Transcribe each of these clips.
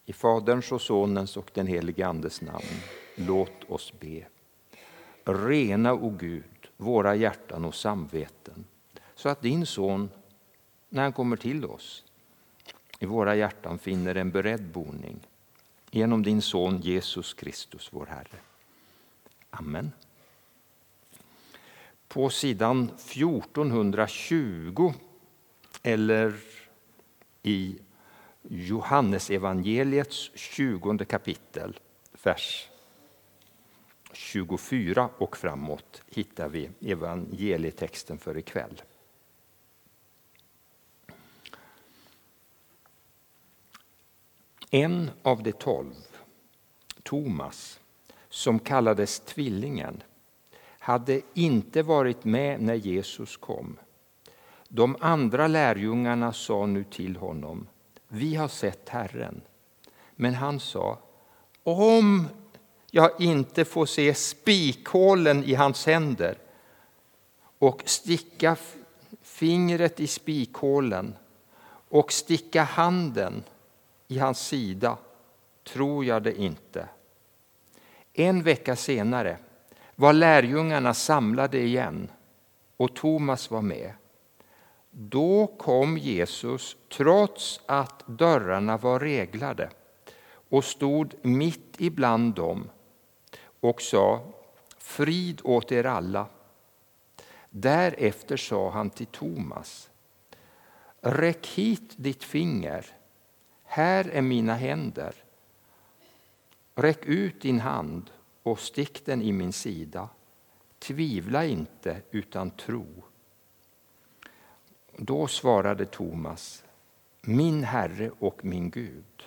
I Faderns och Sonens och den helige Andes namn, låt oss be. Rena, o Gud, våra hjärtan och samveten, så att din son, när han kommer till oss, i våra hjärtan finner en beredd boning. Genom din son Jesus Kristus, vår Herre. Amen. På sidan 1420 eller i Johannesevangeliets 20 kapitel, vers 24 och framåt hittar vi evangelietexten för ikväll. En av de 12, Thomas, som kallades tvillingen, hade inte varit med när Jesus kom. De andra lärjungarna sa nu till honom: vi har sett Herren. Men han sa: om jag inte får se spikhålen i hans händer och sticka fingret i spikhålen och sticka handen i hans sida, tror jag det inte. En vecka senare var lärjungarna samlade igen och Thomas var med. Då kom Jesus trots att dörrarna var reglade och stod mitt ibland dem och sa: frid åt er alla. Därefter sa han till Thomas: räck hit ditt finger, här är mina händer. Räck ut din hand och stick den i min sida. Tvivla inte utan tro. Då svarade Thomas: min Herre och min Gud.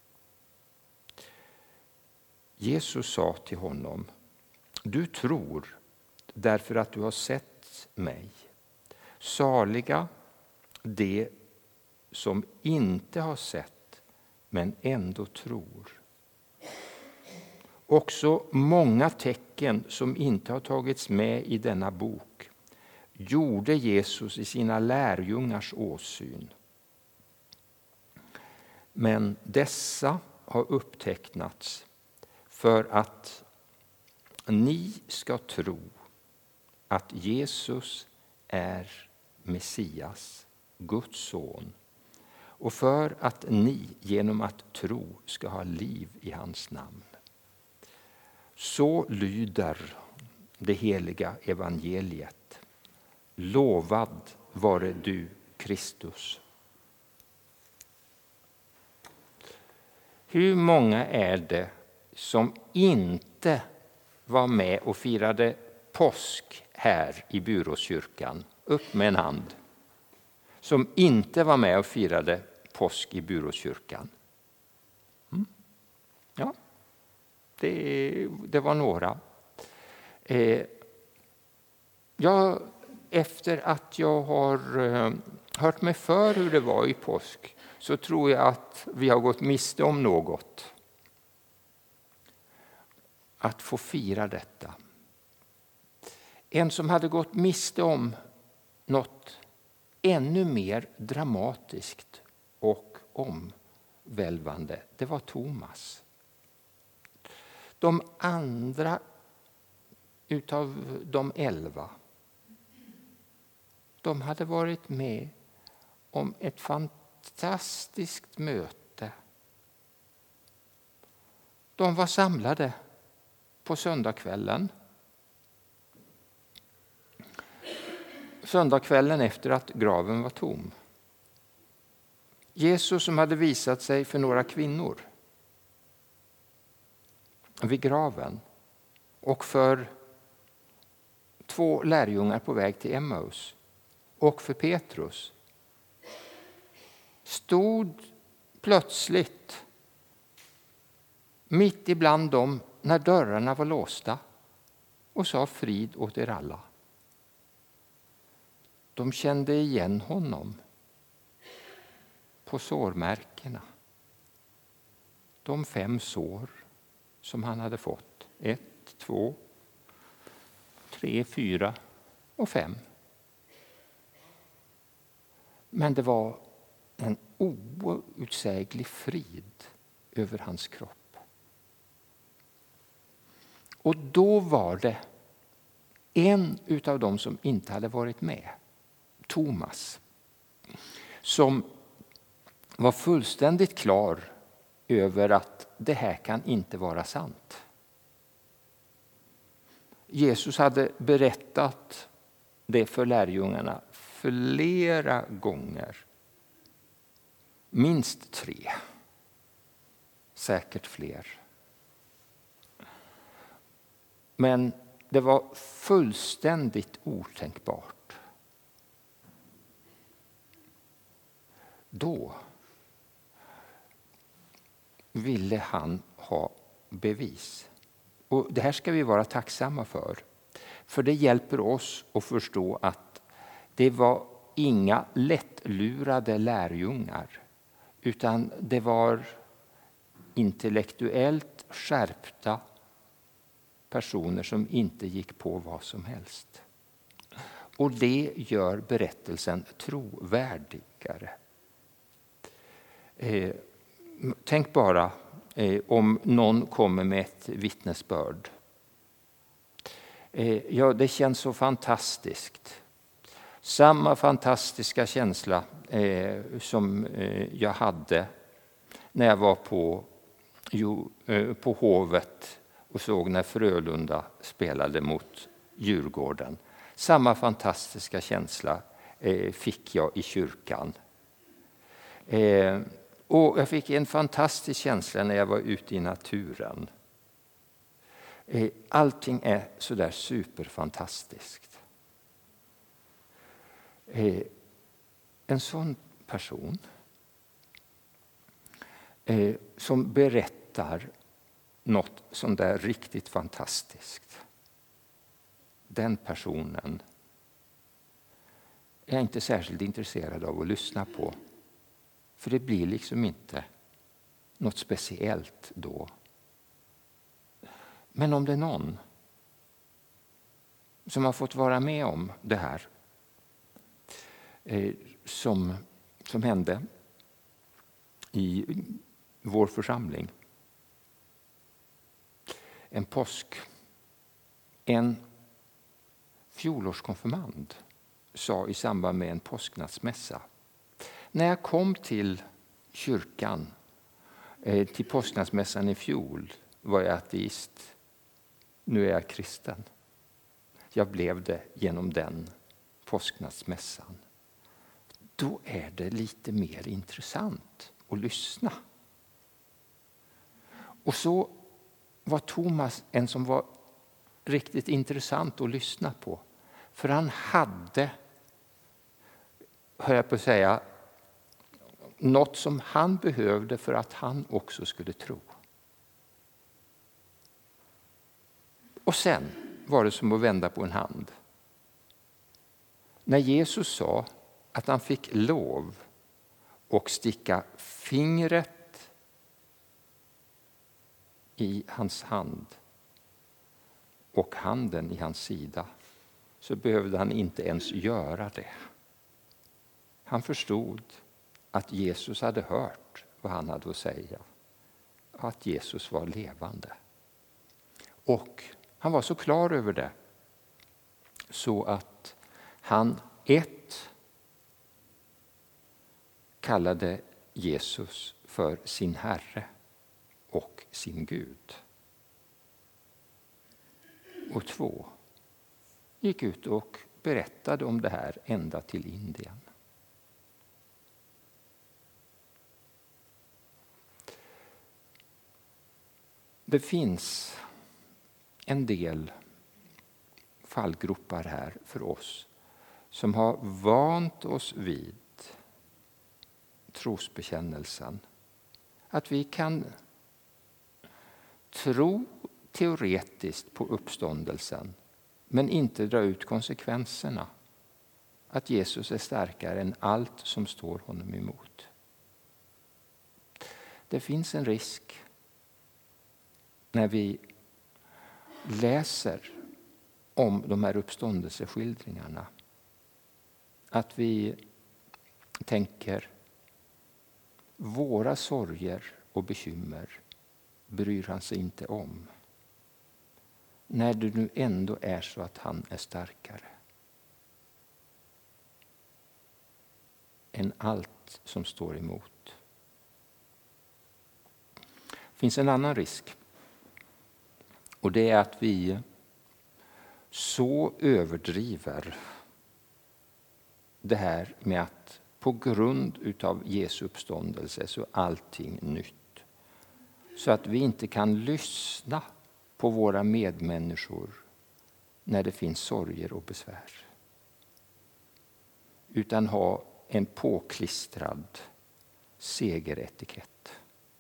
Jesus sa till honom: du tror därför att du har sett mig. Saliga de som inte har sett men ändå tror. Också många tecken som inte har tagits med i denna bok gjorde Jesus i sina lärjungars åsyn. Men dessa har upptecknats för att ni ska tro att Jesus är Messias, Guds son, och för att ni genom att tro ska ha liv i hans namn. Så lyder det heliga evangeliet. Lovad vare du, Kristus. Hur många är det som inte var med och firade påsk här i Buråskyrkan? Upp med en hand. Som inte var med och firade påsk i Buråskyrkan. Ja, det var några. Efter att jag har hört mig för hur det var i påsk, så tror jag att vi har gått miste om något. Att få fira detta. En som hade gått miste om något ännu mer dramatiskt och omvälvande, det var Thomas. De andra utav de 11, de hade varit med om ett fantastiskt möte. De var samlade på söndagskvällen. Söndagskvällen efter att graven var tom. Jesus som hade visat sig för några kvinnor vid graven och för 2 lärjungar på väg till Emmaus och för Petrus, stod plötsligt mitt ibland dem när dörrarna var låsta och sa: frid åt er alla. De kände igen honom på sårmärkena. De 5 sår som han hade fått. 1, 2, 3, 4 och 5. Men det var en outsäglig frid över hans kropp. Och då var det en utav dem som inte hade varit med, Thomas, som var fullständigt klar över att det här kan inte vara sant. Jesus hade berättat det för lärjungarna flera gånger. Minst 3. Säkert fler. Men det var fullständigt otänkbart. Då ville han ha bevis. Och det här ska vi vara tacksamma för. För det hjälper oss att förstå att det var inga lättlurade lärjungar. Utan det var intellektuellt skärpta personer som inte gick på vad som helst. Och det gör berättelsen trovärdigare. Tänk bara om någon kommer med ett vittnesbörd. Ja, det känns så fantastiskt. Samma fantastiska känsla som jag hade när jag var på Hovet och såg när Frölunda spelade mot Djurgården. Samma fantastiska känsla fick jag i kyrkan. Och jag fick en fantastisk känsla när jag var ute i naturen. Allting är så där superfantastiskt. En sån person som berättar något sånt där riktigt fantastiskt. Den personen är jag inte särskilt intresserad av att lyssna på. För det blir liksom inte något speciellt då. Men om det är någon som har fått vara med om det här som hände i vår församling. En påsk. En fjolårskonfirmand sa i samband med en påsknattsmässa: när jag kom till kyrkan till påsknattsmässan i fjol var jag ateist. Nu är jag kristen. Jag blev det genom den påsknattsmässan. Då är det lite mer intressant att lyssna. Och så var Thomas en som var riktigt intressant att lyssna på. För han hade, hör jag på att säga, något som han behövde för att han också skulle tro. Och sen var det som att vända på en hand. När Jesus sa att han fick lov att sticka fingret i hans hand och handen i hans sida, så behövde han inte ens göra det. Han förstod att Jesus hade hört vad han hade att säga. Att Jesus var levande. Och han var så klar över det så att han kallade Jesus för sin Herre och sin Gud. Och 2 gick ut och berättade om det här ända till Indien. Det finns en del fallgropar här för oss som har vant oss vid trosbekännelsen. Att vi kan tro teoretiskt på uppståndelsen men inte dra ut konsekvenserna. Att Jesus är starkare än allt som står honom emot. Det finns en risk när vi läser om de här uppståndelseskildringarna att vi tänker våra sorger och bekymmer bryr han sig inte om. När det nu ändå är så att han är starkare än allt som står emot. Det finns en annan risk. Och det är att vi så överdriver det här med att på grund utav Jesu uppståndelse så är allting nytt. Så att vi inte kan lyssna på våra medmänniskor när det finns sorger och besvär. Utan ha en påklistrad segeretikett.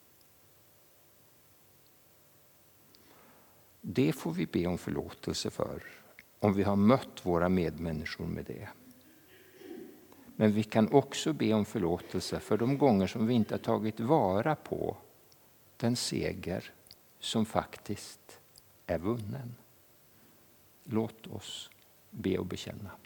Det får vi be om förlåtelse för om vi har mött våra medmänniskor med det. Men vi kan också be om förlåtelse för de gånger som vi inte har tagit vara på den seger som faktiskt är vunnen. Låt oss be och bekänna.